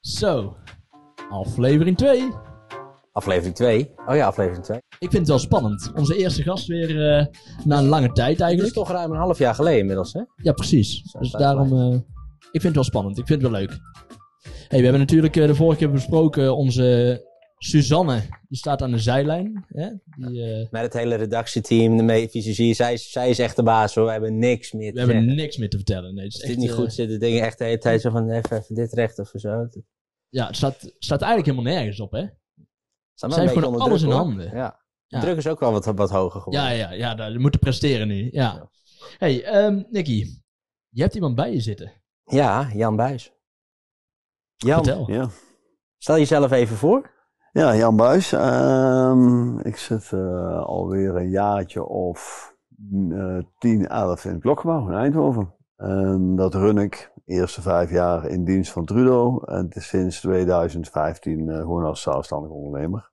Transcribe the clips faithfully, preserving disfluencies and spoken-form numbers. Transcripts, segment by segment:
Zo, aflevering twee. Aflevering twee? Oh ja, aflevering twee. Ik vind het wel spannend. Onze eerste gast weer uh, na een lange tijd Het eigenlijk. is toch ruim een half jaar geleden inmiddels, hè? Ja, precies. Zo Dus staat daarom, het uh, ik vind het wel spannend. Ik vind het wel leuk. Hey, we hebben natuurlijk uh, de vorige keer besproken onze Suzanne. Die staat aan de zijlijn. Hè? Die, uh, Met het hele redactieteam, de medici, zij, zij is echt de baas hoor. We hebben niks meer te we hebben zeggen. niks meer te vertellen. Nee, het is Als dit echt, niet goed uh, zit, de dingen echt de hele tijd zo van even, even dit recht of zo. Ja, het staat, staat eigenlijk helemaal nergens op, hè? Zij Zij heeft gewoon alles in handen. Ja. De Ja. druk is ook wel wat, wat hoger geworden. Ja, ja, ja, daar- we moeten presteren nu. Ja. Hey, um, Nicky. Je hebt iemand bij je zitten. Ja, Jan Buijs. Jan, Vertel. Ja, stel jezelf even voor. ja Jan Buijs. Ehm, ik zit uh, alweer een jaartje of uh, tien, elf in het Klokgebouw in Eindhoven. En dat run ik de eerste vijf jaar in dienst van Trudeau. En het is sinds twintig vijftien uh, gewoon als zelfstandig ondernemer.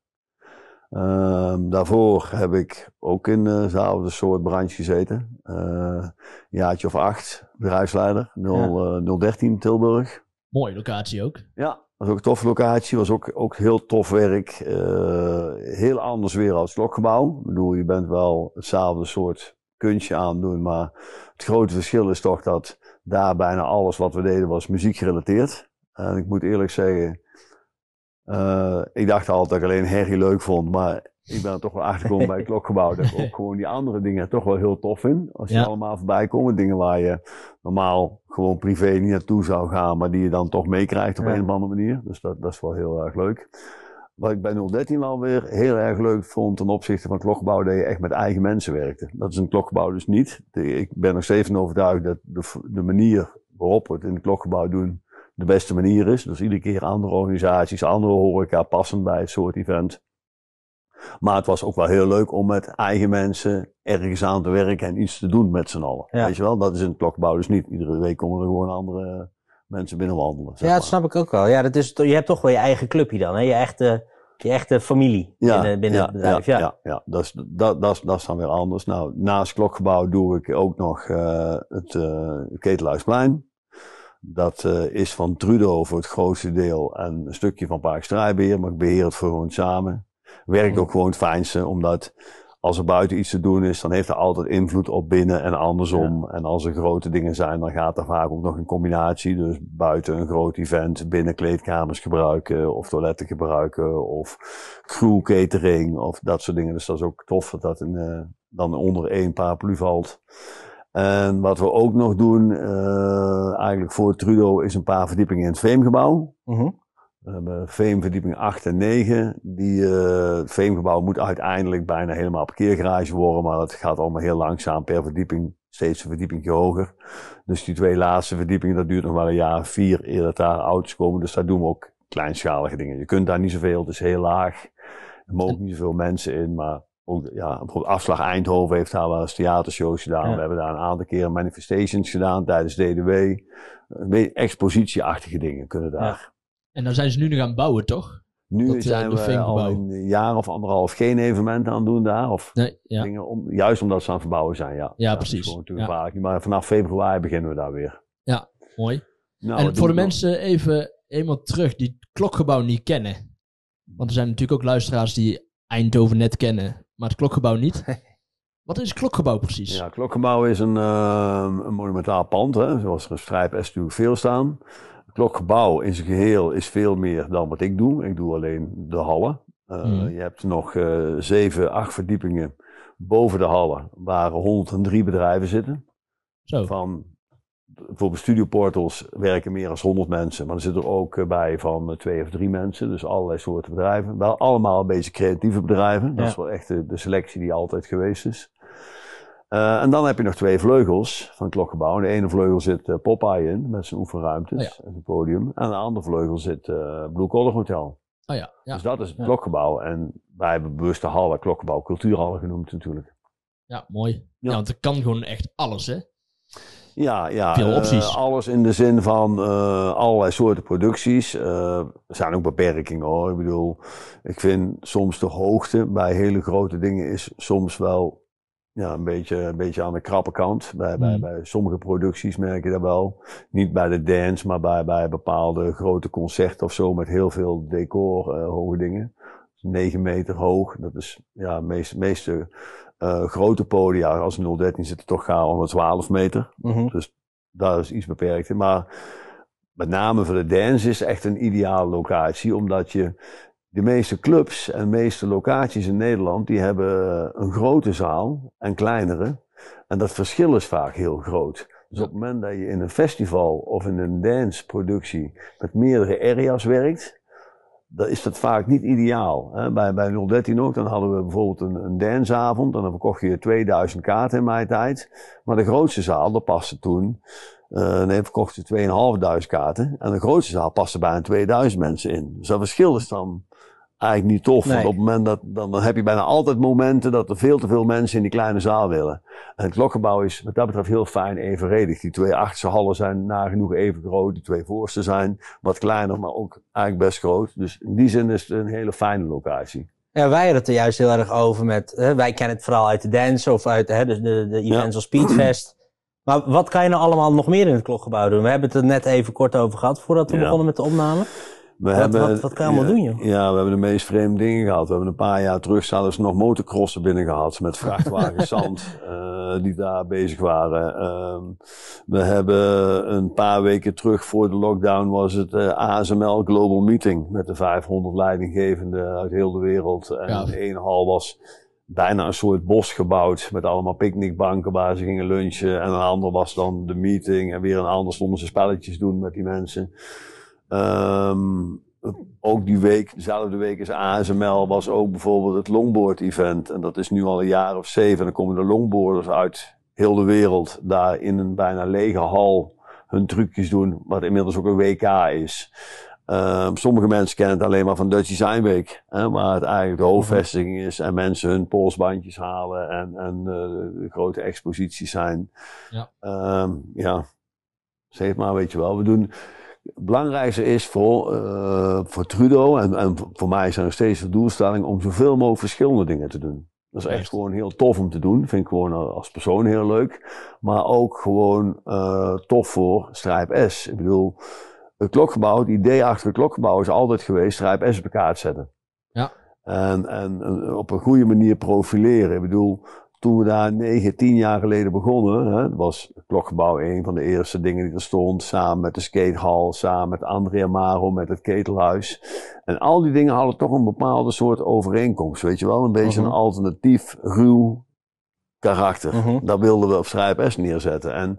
Um, daarvoor heb ik ook in dezelfde uh, soort branche gezeten. Uh, een jaartje of acht, bedrijfsleider, nul, uh, nul dertien Tilburg. Mooie locatie ook. Ja, was ook een toffe locatie, was ook, ook heel tof werk. Uh, heel anders weer als het Klokgebouw. Ik bedoel, je bent wel hetzelfde soort kunstje aan het doen, maar het grote verschil is toch dat daar bijna alles wat we deden was muziek gerelateerd. En ik moet eerlijk zeggen, uh, ik dacht altijd dat ik alleen herrie leuk vond, maar ik ben er toch wel achtergekomen bij het Klokgebouw dat ik ook gewoon die andere dingen toch wel heel tof vind. Als die Ja. allemaal voorbij komen, dingen waar je normaal gewoon privé niet naartoe zou gaan, maar die je dan toch meekrijgt op Ja. een of andere manier. Dus dat, dat is wel heel erg leuk. Wat ik bij nul dertien wel weer heel erg leuk vond ten opzichte van het Klokgebouw, dat je echt met eigen mensen werkte. Dat is een Klokgebouw dus niet. Ik ben nog steeds van overtuigd dat de, de manier waarop we het in het Klokgebouw doen de beste manier is. Dus iedere keer andere organisaties, andere horeca, passend bij het soort event. Maar het was ook wel heel leuk om met eigen mensen ergens aan te werken en iets te doen met z'n allen. Ja. Weet je wel, dat is in het Klokgebouw dus niet. Iedere week komen er gewoon andere mensen binnenwandelen. Zeg Ja, dat maar. snap ik ook wel. Ja, dat is, je hebt toch wel je eigen clubje dan, hè? Je echte, je echte familie Ja, binnen, binnen ja, het bedrijf. Ja, Ja, ja, ja. Dat, is, dat, dat, is, dat is dan weer anders. Nou, naast het Klokgebouw doe ik ook nog uh, het uh, Ketelhuisplein. Dat uh, is van Trudeau voor het grootste deel en een stukje van Park Strijbeheer, maar ik beheer het voor gewoon samen. Werkt ook gewoon het fijnste, omdat als er buiten iets te doen is, dan heeft er altijd invloed op binnen en andersom. Ja. En als er grote dingen zijn, dan gaat er vaak ook nog een combinatie. Dus buiten een groot event, binnen kleedkamers gebruiken, of toiletten gebruiken, of crew catering, of dat soort dingen. Dus dat is ook tof dat dat in, uh, dan onder één paraplu valt. En wat we ook nog doen, uh, eigenlijk voor Trudeau, is een paar verdiepingen in het Veemgebouw. Mm-hmm. We hebben Veemverdieping acht en negen. Die, uh, het Veemgebouw moet uiteindelijk bijna helemaal parkeergarage worden, maar dat gaat allemaal heel langzaam per verdieping, steeds een verdieping hoger. Dus die twee laatste verdiepingen, dat duurt nog wel een jaar, vier, eer dat daar auto's komen. Dus daar doen we ook kleinschalige dingen. Je kunt daar niet zoveel, het is heel laag. Er mogen niet zoveel mensen in, maar ook, ja, bijvoorbeeld Afslag Eindhoven heeft daar wel eens theatershows gedaan. Ja. We hebben daar een aantal keren manifestations gedaan tijdens D D W. Een beetje expositieachtige dingen kunnen daar. Ja. En dan zijn ze nu nog aan het bouwen, toch? Nu dat, zijn uh, we al een jaar of anderhalf geen evenementen aan het doen daar. Of nee, ja. dingen om, juist omdat ze aan het verbouwen zijn, ja. Ja, ja precies. Dat is natuurlijk ja. vaak. Maar vanaf februari beginnen we daar weer. Ja, mooi. Nou, en voor de mensen nog? even eenmaal terug die het Klokgebouw niet kennen. Want er zijn natuurlijk ook luisteraars die Eindhoven net kennen, maar het Klokgebouw niet. Wat is het Klokgebouw precies? Ja, het Klokgebouw is een, uh, een monumentaal pand, hè, zoals er een strijp S natuurlijk veel staan. Het Klokgebouw in zijn geheel is veel meer dan wat ik doe. Ik doe alleen de hallen. Uh, mm. Je hebt nog uh, zeven, acht verdiepingen boven de hallen waar honderddrie bedrijven zitten. Zo. Van, bijvoorbeeld Studio Portals werken meer dan honderd mensen, maar er zitten er ook uh, bij van uh, twee of drie mensen. Dus allerlei soorten bedrijven. Wel allemaal een beetje creatieve bedrijven. Dat ja. is wel echt de, de selectie die altijd geweest is. Uh, en dan heb je nog twee vleugels van het Klokgebouw. In de ene vleugel zit uh, Popeye in, met zijn oefenruimtes oh ja. en zijn podium. En aan de andere vleugel zit uh, Blue Collar Hotel. Oh ja, ja. Dus dat is het ja. Klokgebouw. En wij hebben bewust de hallen, Klokgebouw, cultuurhallen genoemd natuurlijk. Ja, mooi. Ja, ja want er kan gewoon echt alles, hè? Ja, ja veel opties. Uh, alles in de zin van uh, allerlei soorten producties. Uh, er zijn ook beperkingen hoor. Ik bedoel, ik vind soms de hoogte bij hele grote dingen is soms wel ja, een, beetje, een beetje aan de krappe kant. Bij, bij, Mm. bij sommige producties merk je dat wel. Niet bij de dance, maar bij, bij bepaalde grote concerten of zo met heel veel decor, uh, hoge dingen. negen meter hoog. Dat is ja, de meeste, meeste uh, grote podia als nul dertien zitten toch gauw onder twaalf meter. Mm-hmm. Dus daar is iets beperkt in. Maar met name voor de dance is echt een ideale locatie, omdat je de meeste clubs en de meeste locaties in Nederland, die hebben een grote zaal en kleinere. En dat verschil is vaak heel groot. Dus op het moment dat je in een festival of in een danceproductie met meerdere areas werkt, dan is dat vaak niet ideaal. Hè? Bij, bij nul dertien ook, dan hadden we bijvoorbeeld een, een danceavond. En dan verkocht je tweeduizend kaarten in mijn tijd. Maar de grootste zaal, dat paste toen, uh, nee, verkochten tweeduizendvijfhonderd kaarten. En de grootste zaal paste bijna tweeduizend mensen in. Dus dat verschil is dan eigenlijk niet tof. Nee. Want op het moment dat, dan, dan heb je bijna altijd momenten dat er veel te veel mensen in die kleine zaal willen. En het Klokgebouw is wat dat betreft heel fijn evenredig. Die twee achterste hallen zijn nagenoeg even groot. Die twee voorste zijn wat kleiner, maar ook eigenlijk best groot. Dus in die zin is het een hele fijne locatie. Ja, wij hadden het er juist heel erg over met, hè, wij kennen het vooral uit de dance of uit hè, de, de, de events Ja. als Speedfest. Maar wat kan je nou allemaal nog meer in het Klokgebouw doen? We hebben het er net even kort over gehad voordat we Ja. begonnen met de opname. We Wat, hebben, wat, wat kan je allemaal ja, doen, joh? Ja, we hebben de meest vreemde dingen gehad. We hebben een paar jaar terug zouden ze nog motocrossen binnen gehad met vrachtwagens zand uh, die daar bezig waren. Uh, we hebben een paar weken terug voor de lockdown was het uh, A S M L Global Meeting met de vijfhonderd leidinggevenden uit heel de wereld. En Ja. de ene hal was bijna een soort bos gebouwd met allemaal picknickbanken waar ze gingen lunchen. En een ander was dan de meeting en weer een ander stonden ze spelletjes doen met die mensen. Um, ook die week, dezelfde week is A S M L, was ook bijvoorbeeld het longboard event. En dat is nu al een jaar of zeven. En dan komen de longboarders uit heel de wereld daar in een bijna lege hal hun trucjes doen. Wat inmiddels ook een W K is. Um, sommige mensen kennen het alleen maar van Dutch Design Week. Hè, waar het eigenlijk de hoofdvestiging is. En mensen hun polsbandjes halen. En, en uh, de grote exposities zijn. Ja. Um, ja, zeg maar, weet je wel. We doen... Het belangrijkste is voor, uh, voor Trudeau en, en voor mij zijn er steeds de doelstelling om zoveel mogelijk verschillende dingen te doen. Dat is echt Echt. gewoon heel tof om te doen. Vind ik gewoon als persoon heel leuk. Maar ook gewoon uh, tof voor Strijp S. Ik bedoel, het Klokgebouw, het idee achter het Klokgebouw is altijd geweest Strijp S op elkaar te zetten. Ja. En, en, en op een goede manier profileren. Ik bedoel, toen we daar negen, tien jaar geleden begonnen, hè, was het Klokgebouw een van de eerste dingen die er stond, samen met de skatehal, samen met André Amaro, met het ketelhuis. En al die dingen hadden toch een bepaalde soort overeenkomst, weet je wel, een beetje Uh-huh. een alternatief, ruw karakter. Uh-huh. Dat wilden we op Strijp S neerzetten. En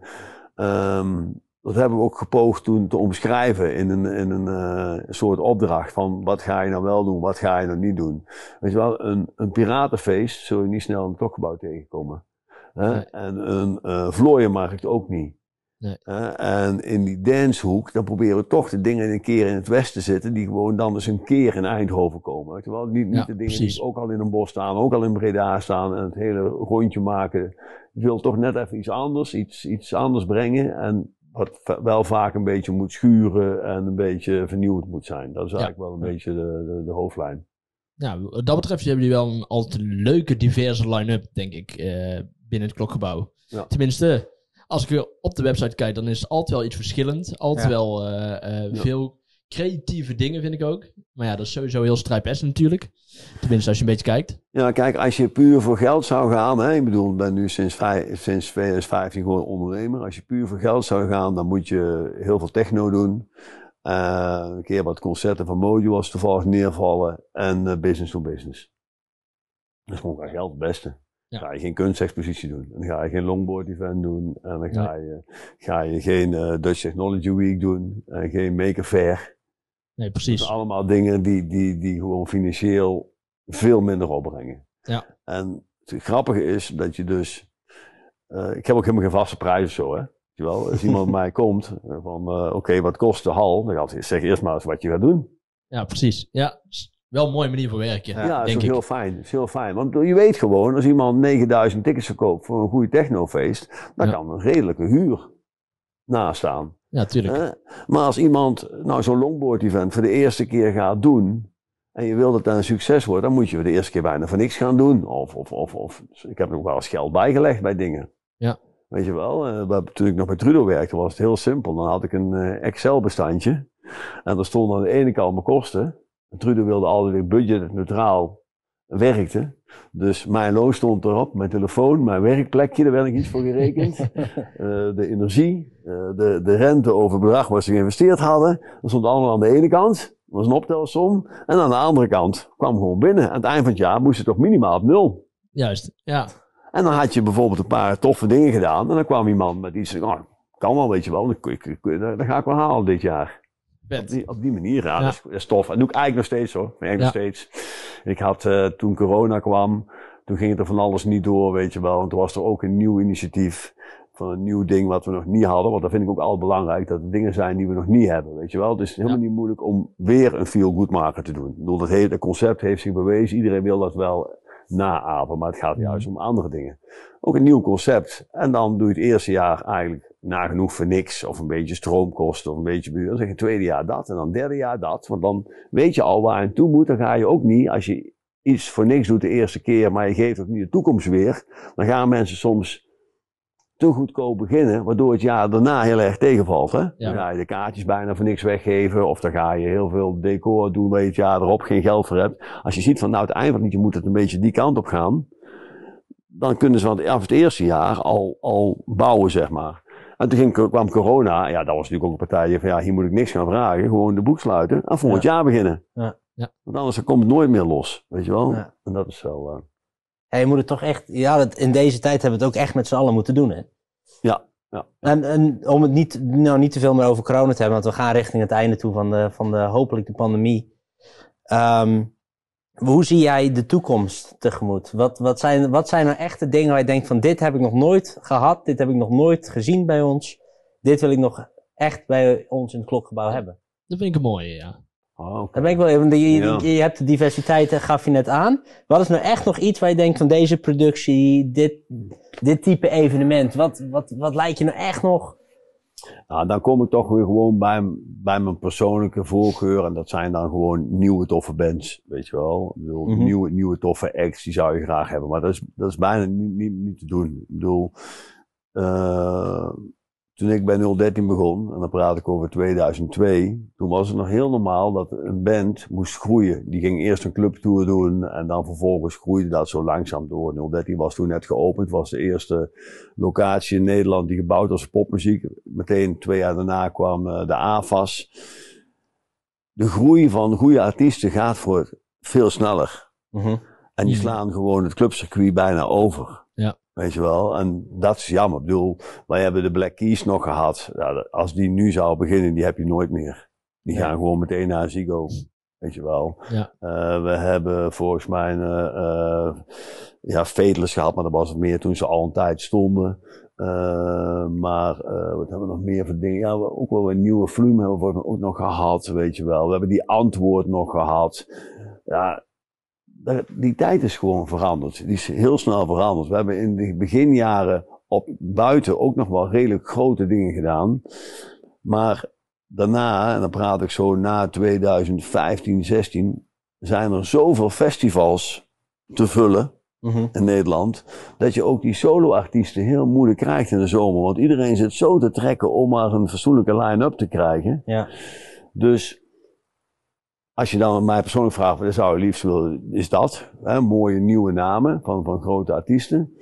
um, dat hebben we ook gepoogd toen te omschrijven in een, in een uh, soort opdracht van wat ga je nou wel doen, wat ga je nou niet doen. Weet je wel, een, een piratenfeest zul je niet snel in het Klokgebouw tegenkomen. Hè? Nee. En een uh, vlooienmarkt ook niet. Nee. Hè? En in die dancehoek, dan proberen we toch de dingen een keer in het westen zitten die gewoon dan eens een keer in Eindhoven komen. Weet je wel? Niet, niet Ja, de dingen precies. die ook al in een bos staan, ook al in Breda staan en het hele rondje maken. Je wil toch net even iets anders, iets, iets anders brengen en wat wel vaak een beetje moet schuren en een beetje vernieuwd moet zijn. Dat is eigenlijk ja. wel een beetje de, de, de hoofdlijn. Nou, wat dat betreft hebben jullie wel een altijd leuke, diverse line-up, denk ik, uh, binnen het Klokgebouw. Ja. Tenminste, als ik weer op de website kijk, dan is het altijd wel iets verschillend. Altijd Ja. wel uh, uh, Ja. veel creatieve dingen, vind ik ook. Maar ja, dat is sowieso heel Strijp S natuurlijk. Tenminste, als je een beetje kijkt. Ja, kijk, als je puur voor geld zou gaan, hè, ik bedoel, ik ben nu sinds, vijf, sinds tweeduizend vijftien gewoon ondernemer. Als je puur voor geld zou gaan, dan moet je heel veel techno doen. Uh, een keer wat concerten van Mojo toevallig neervallen en uh, business to business. Dat is gewoon qua geld het beste. Ja. Dan ga je geen kunstexpositie doen. Dan ga je geen longboard event doen. En dan ga je, ga je geen uh, Dutch Technology Week doen. En geen Maker Fair. Nee, Dat precies. zijn allemaal dingen die, die, die gewoon financieel veel minder opbrengen. Ja. En het grappige is dat je dus... Uh, ik heb ook helemaal geen vaste prijs of zo, hè. Weet je wel? Als iemand bij mij komt van... Uh, Oké, okay, wat kost de hal? Dan gaat hij zeggen eerst maar eens wat je gaat doen. Ja, precies. Ja, wel een mooie manier voor werken. Ja, dat is denk ook ik. heel fijn. Dat is heel fijn. Want je weet gewoon, als iemand negenduizend tickets verkoopt voor een goede technofeest, dan Ja. kan een redelijke huur naast staan. Ja, tuurlijk. Uh, maar als iemand nou zo'n longboard event voor de eerste keer gaat doen, en je wil dat dat een succes wordt, dan moet je de eerste keer bijna voor niks gaan doen. Of, of, of, of ik heb nog wel eens geld bijgelegd bij dingen. Ja. Weet je wel, uh, toen ik nog bij Trudeau werkte was het heel simpel. Dan had ik een uh, Excel-bestandje en daar stonden aan de ene kant mijn kosten. En Trudeau wilde altijd weer budgetneutraal werkte. Dus mijn loon stond erop, mijn telefoon, mijn werkplekje, daar werd ik iets voor gerekend. uh, de energie, uh, de, de rente over het bedrag wat ze geïnvesteerd hadden. Dat stond allemaal aan de ene kant. Dat was een optelsom. En aan de andere kant kwam gewoon binnen. Aan het eind van het jaar moest het toch minimaal op nul. Juist, ja. En dan had je bijvoorbeeld een paar toffe dingen gedaan. En dan kwam iemand met iets, oh, kan wel, weet je wel. Dat, ik, ik, dat ga ik wel halen dit jaar. Op die, op die manier, ja, ja. Dat, is, dat is tof. En dat doe ik eigenlijk nog steeds hoor. Eigenlijk ja. nog steeds. Ik had, uh, toen corona kwam, toen ging het er van alles niet door, weet je wel. Want toen was er ook een nieuw initiatief van een nieuw ding wat we nog niet hadden. Want dat vind ik ook altijd belangrijk, dat er dingen zijn die we nog niet hebben, weet je wel. Dus het is helemaal ja. niet moeilijk om weer een feel-good maker te doen. Ik bedoel, dat hele concept heeft zich bewezen. Iedereen wil dat wel naapen, maar het gaat juist om andere dingen. Ook een nieuw concept. En dan doe je het eerste jaar eigenlijk nagenoeg voor niks. Of een beetje stroomkosten of een beetje buur. Dan zeg je het tweede jaar dat en dan het derde jaar dat. Want dan weet je al waar je aan toe moet. Dan ga je ook niet, als je iets voor niks doet de eerste keer, maar je geeft ook niet de toekomst weer. Dan gaan mensen soms te goedkoop beginnen, waardoor het jaar daarna heel erg tegenvalt. Hè? Ja. Dan ga je de kaartjes bijna voor niks weggeven. Of dan ga je heel veel decor doen waar je het jaar erop geen geld voor hebt. Als je ziet van nou het eind van het je moet het een beetje die kant op gaan. Dan kunnen ze vanaf het eerste jaar al, al bouwen, zeg maar. En toen ging, kwam corona. Ja, dat was natuurlijk ook een partij van ja, hier moet ik niks gaan vragen. Gewoon de boek sluiten en volgend ja. jaar beginnen. Ja. Ja. Want anders komt het nooit meer los. Weet je wel? Ja. En dat is zo... Uh... Ja, je moet het toch echt... Ja, dat, in deze tijd hebben we het ook echt met z'n allen moeten doen, hè? Ja. Ja. En, en om het niet, nou, niet te veel meer over corona te hebben, want we gaan richting het einde toe van de, van de hopelijk de pandemie. Um, hoe zie jij de toekomst tegemoet? Wat, wat, zijn, wat zijn nou echte dingen waar je denkt van dit heb ik nog nooit gehad, dit heb ik nog nooit gezien bij ons, dit wil ik nog echt bij ons in het klokgebouw hebben? Dat vind ik een mooie, ja. Oh, okay. Daar ben ik wel even, je, ja. je, je hebt de diversiteit, gaf je net aan. Wat is nou echt nog iets waar je denkt van deze productie, dit, dit type evenement, wat, wat, wat lijkt je nou echt nog? Nou, dan kom ik toch weer gewoon bij, bij mijn persoonlijke voorkeur. En dat zijn dan gewoon nieuwe toffe bands, weet je wel. Ik bedoel, mm-hmm. nieuwe, nieuwe toffe acts, die zou je graag hebben. Maar dat is, dat is bijna niet, niet, niet te doen. Ik bedoel, uh, toen ik bij nul dertien begon, en dan praat ik over tweeduizend twee, toen was het nog heel normaal dat een band moest groeien. Die ging eerst een clubtour doen en dan vervolgens groeide dat zo langzaam door. nul dertien was toen net geopend, was de eerste locatie in Nederland die gebouwd was voor popmuziek. Meteen twee jaar daarna kwam uh, de A F A S. De groei van goede artiesten gaat voor veel sneller. Mm-hmm. En die slaan gewoon het clubcircuit bijna over. Ja. Weet je wel, en dat is jammer. Ik bedoel, wij hebben de Black Keys nog gehad. Ja, als die nu zou beginnen, die heb je nooit meer. Die ja. gaan gewoon meteen naar Ziggo. Weet je wel. Ja. Uh, we hebben volgens mij uh, uh, ja, Fadeless gehad, maar dat was het meer toen ze al een tijd stonden. Uh, maar uh, wat hebben we nog meer voor dingen? Ja, we ook wel een nieuwe Flume hebben we ook nog gehad, weet je wel. We hebben die Antwoord nog gehad. Ja. Die tijd is gewoon veranderd. Die is heel snel veranderd. We hebben in de beginjaren op buiten ook nog wel redelijk grote dingen gedaan. Maar daarna, en dan praat ik zo na tweeduizend vijftien, zestien, zijn er zoveel festivals te vullen mm-hmm. in Nederland, dat je ook die solo-artiesten heel moeilijk krijgt in de zomer. Want iedereen zit zo te trekken om maar een fatsoenlijke line-up te krijgen. Ja. Dus als je dan mij persoonlijk vraagt, wat zou je liefst willen, is dat. Hè, mooie nieuwe namen van, van grote artiesten.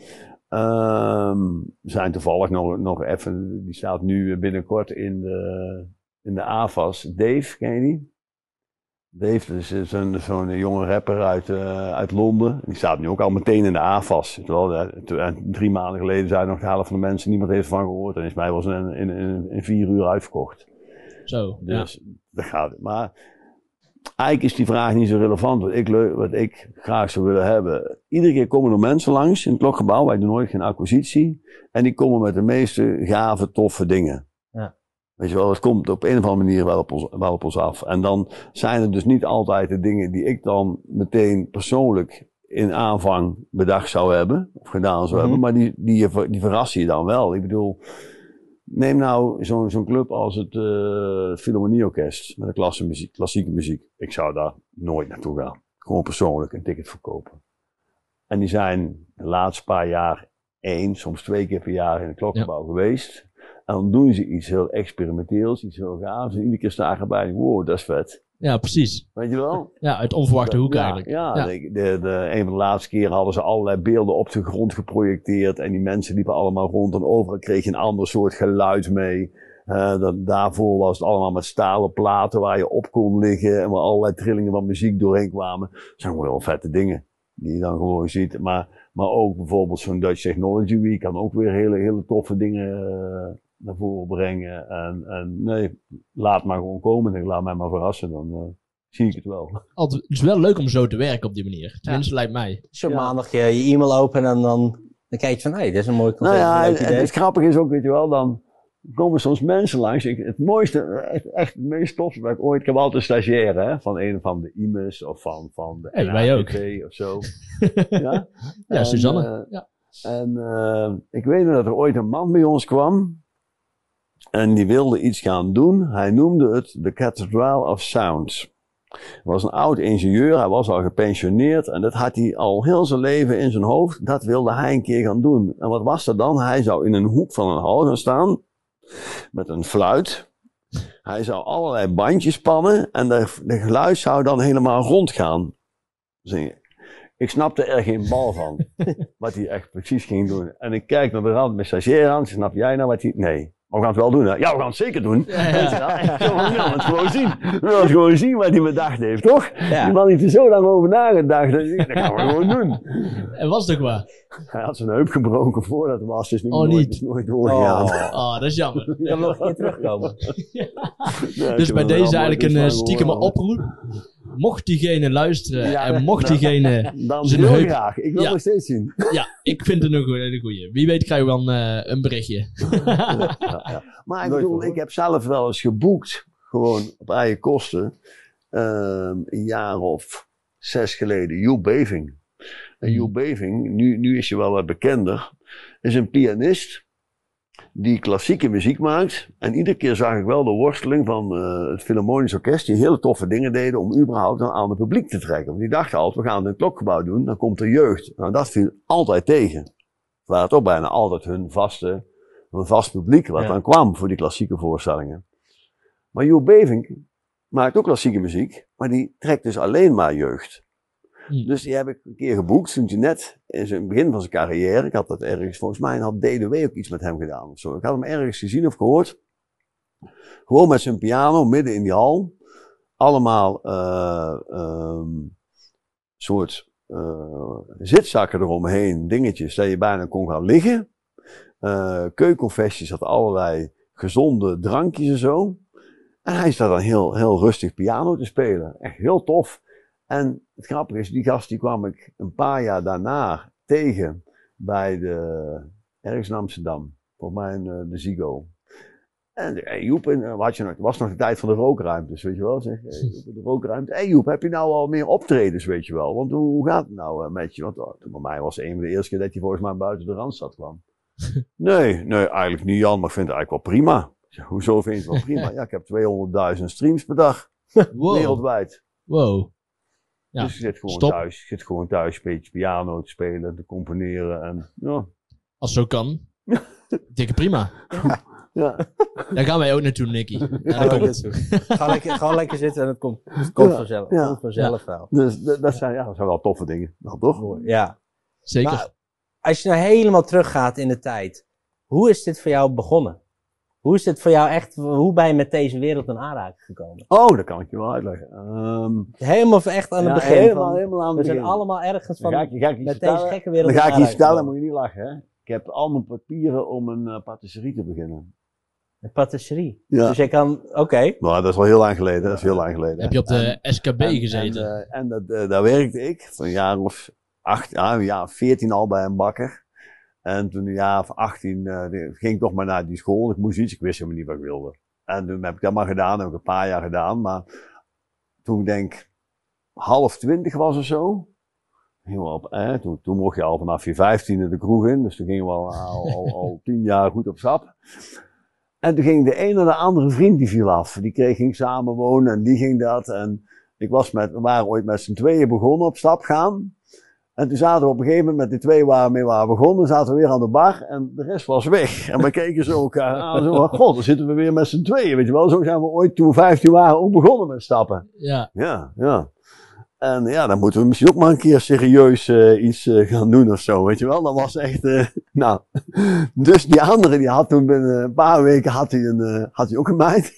Um, er zijn toevallig nog, nog even, die staat nu binnenkort in de, in de A F A S. Dave, ken je die? Dave, dat is zo'n, zo'n jonge rapper uit, uh, uit Londen. Die staat nu ook al meteen in de A F A S. Terwijl, uh, drie maanden geleden zijn nog de helft van de mensen, niemand heeft ervan gehoord. En is mij was in, in, in, in vier uur uitverkocht. Zo, dus ja. Dat gaat het. Maar eigenlijk is die vraag niet zo relevant. Wat ik, leuk, wat ik graag zou willen hebben. Iedere keer komen er mensen langs in het klokgebouw. Wij doen nooit geen acquisitie. En die komen met de meeste gave, toffe dingen. Ja. Weet je wel, het komt op een of andere manier wel op, ons, wel op ons af. En dan zijn het dus niet altijd de dingen die ik dan meteen persoonlijk in aanvang bedacht zou hebben. Of gedaan zou mm-hmm. hebben. Maar die, die, die verrassen je dan wel. Ik bedoel, neem nou zo'n zo'n club als het uh, Philharmonieorkest met de klasse muziek, klassieke muziek. Ik zou daar nooit naartoe gaan. Gewoon persoonlijk een ticket verkopen. En die zijn de laatste paar jaar één, soms twee keer per jaar in het Klokgebouw ja. geweest. En dan doen ze iets heel experimenteels, iets heel gaafs. En iedere keer sta ik erbij, wow, dat is vet. Ja, precies. Weet je wel? Ja, uit onverwachte hoek ja, eigenlijk. Ja, ja. De, de, de, een van de laatste keren hadden ze allerlei beelden op de grond geprojecteerd. En die mensen liepen allemaal rond en overal kreeg je een ander soort geluid mee. Uh, dat, daarvoor was het allemaal met stalen platen waar je op kon liggen. En waar allerlei trillingen van muziek doorheen kwamen. Dat zijn gewoon heel vette dingen die je dan gewoon ziet. Maar, maar ook bijvoorbeeld zo'n Dutch Technology Week kan ook weer hele, hele toffe dingen uh, naar voren brengen. En, en nee, laat maar gewoon komen en laat mij maar verrassen. Dan uh, zie ik het wel. Het is wel leuk om zo te werken op die manier. Tenminste, ja. lijkt mij. Zo ja. maandag je, je e-mail openen en dan, dan kijk je van, hé, hey, dit is een mooi concept. Nou ja, een leuk idee. het grappige is ook, weet je wel, dan komen soms mensen langs. Ik, het mooiste, echt, echt het meest tofste wat ik ooit... Ik heb altijd stagiaire, hè, van een van de I M E S of van, van de hey, N wij A ook. T V of zo. ja, ja en, Suzanne. Uh, ja. En uh, ik weet nog dat er ooit een man bij ons kwam. En die wilde iets gaan doen. Hij noemde het de Cathedral of Sound. Hij was een oud ingenieur, hij was al gepensioneerd. En dat had hij al heel zijn leven in zijn hoofd. Dat wilde hij een keer gaan doen. En wat was er dan? Hij zou in een hoek van een hal gaan staan. Met een fluit. Hij zou allerlei bandjes spannen. En de, de geluid zou dan helemaal rondgaan. Zingen. Ik snapte er geen bal van. Wat hij echt precies ging doen. En ik kijk naar de rand met stagiair aan. Snap jij nou wat hij... Nee. Maar we gaan het wel doen, hè? Ja, we gaan het zeker doen. Ja, ja. Ja, we gaan het gewoon zien. We gaan het gewoon zien wat hij bedacht heeft, toch? Ja. Die man heeft er zo lang over nagedacht. Dat gaan we gewoon doen. En was het ook waar? Hij had zijn heup gebroken voordat het was. Dus nu oh, nooit, niet? is nooit doorgegaan. Oh, oh, dat is jammer. Je kan nog een keer terugkomen. Ja. Ja, dus bij deze eigenlijk een uh, stiekeme oproep. Mocht diegene luisteren ja, en mocht nou, diegene dan zijn heel heup... graag. Ik wil ja. nog steeds zien. Ja, ik vind het een goeie. goeie. Wie weet krijgen we dan uh, een berichtje. ja, ja, ja. Maar ik bedoel, ik heb zelf wel eens geboekt, gewoon op eigen kosten, uh, een jaar of zes geleden, Joep Beving. En Joep Beving, nu, nu is je wel wat bekender, is een pianist die klassieke muziek maakt. En iedere keer zag ik wel de worsteling van uh, het Philharmonisch Orkest, die hele toffe dingen deden om überhaupt een aan het publiek te trekken. Want die dachten altijd, we gaan het in het Klokgebouw doen, dan komt er jeugd. Nou, dat viel altijd tegen. Het waren toch bijna altijd hun vaste, hun vast publiek wat ja. dan kwam voor die klassieke voorstellingen. Maar Joep Beving maakt ook klassieke muziek, maar die trekt dus alleen maar jeugd. Hmm. Dus die heb ik een keer geboekt, toen hij net in het begin van zijn carrière, ik had dat ergens, volgens mij had D D W ook iets met hem gedaan of zo. Ik had hem ergens gezien of gehoord. Gewoon met zijn piano, midden in die hal. Allemaal, uh, um, soort, uh, zitzakken eromheen, dingetjes, dat je bijna kon gaan liggen. Uh, keukenfestjes had allerlei gezonde drankjes en zo. En hij staat dan heel, heel rustig piano te spelen. Echt heel tof. En het grappige is, die gast die kwam ik een paar jaar daarna tegen bij de, ergens in Amsterdam, volgens mij in uh, de Zigo. En hey Joep, en, wat je nog, het was nog de tijd van de rookruimtes, weet je wel. Zeg, hey, Joep, de rookruimte. Hé hey Joep, heb je nou al meer optredens, weet je wel? Want hoe, hoe gaat het nou uh, met je? Want oh, bij mij was het een van de eerste keer dat je volgens mij buiten de Randstad kwam. nee, nee, eigenlijk niet Jan, maar ik vind het eigenlijk wel prima. Ja, hoezo vind je het wel prima? Ja, ik heb tweehonderdduizend streams per dag. Wow. Wereldwijd. Wow. Ja, dus je zit gewoon Stop. thuis, je zit gewoon thuis een beetje piano te spelen, te componeren en ja. Als zo kan. Dikke prima. Ja. Ja. Daar gaan wij ook naartoe, Nicky. Ja, dat komt. Ga lekker, gewoon lekker zitten en het komt, het komt ja. vanzelf. Ja. Komt vanzelf ja. Dus dat, dat, zijn, ja, dat zijn wel toffe dingen, nou, toch? Ja. Zeker. Maar als je nou helemaal teruggaat in de tijd, hoe is dit voor jou begonnen? Hoe is het voor jou echt, hoe ben je met deze wereld in aanraking gekomen? Oh, dat kan ik je wel uitleggen. Um, helemaal echt aan het ja, begin. Helemaal, van, helemaal aan het we begin. zijn allemaal ergens van, ga ik, ga ik met vertellen, deze gekke wereld Dan ga ik je vertellen, gekomen. moet je niet lachen. Hè? Ik heb allemaal papieren om een uh, patisserie te beginnen. Een patisserie? Ja. Dus je kan, oké. Okay. Nou, dat is al heel lang geleden. Dat is heel lang geleden. Heb je op de en, S K B en, gezeten? En, uh, en dat, uh, daar werkte ik van een jaar of acht, ja, een jaar of veertien al bij een bakker. En toen een jaar of achttien uh, ging ik toch maar naar die school. Ik moest iets, ik wist helemaal niet wat ik wilde. En toen heb ik dat maar gedaan, dat heb ik een paar jaar gedaan. Maar toen ik denk half twintig was of zo. Op, eh, toen, toen mocht je al vanaf je vijftiende de kroeg in. Dus toen gingen we al, al, al, al tien jaar goed op stap. En toen ging de een naar de andere vriend die viel af. Die kreeg, ging samenwonen en die ging dat. En ik was met, we waren ooit met z'n tweeën begonnen op stap gaan. En toen zaten we op een gegeven moment met die twee waarmee we waren begonnen, zaten we weer aan de bar en de rest was weg. En we keken zo elkaar aan, zo van, god, dan zitten we weer met z'n tweeën, weet je wel. Zo zijn we ooit toen we vijftien waren ook begonnen met stappen. Ja. Ja, ja. En ja, dan moeten we misschien ook maar een keer serieus uh, iets uh, gaan doen of zo, weet je wel. Dat was echt, uh, nou. Dus die andere, die had toen binnen een paar weken, had hij, een, uh, had hij ook een meid.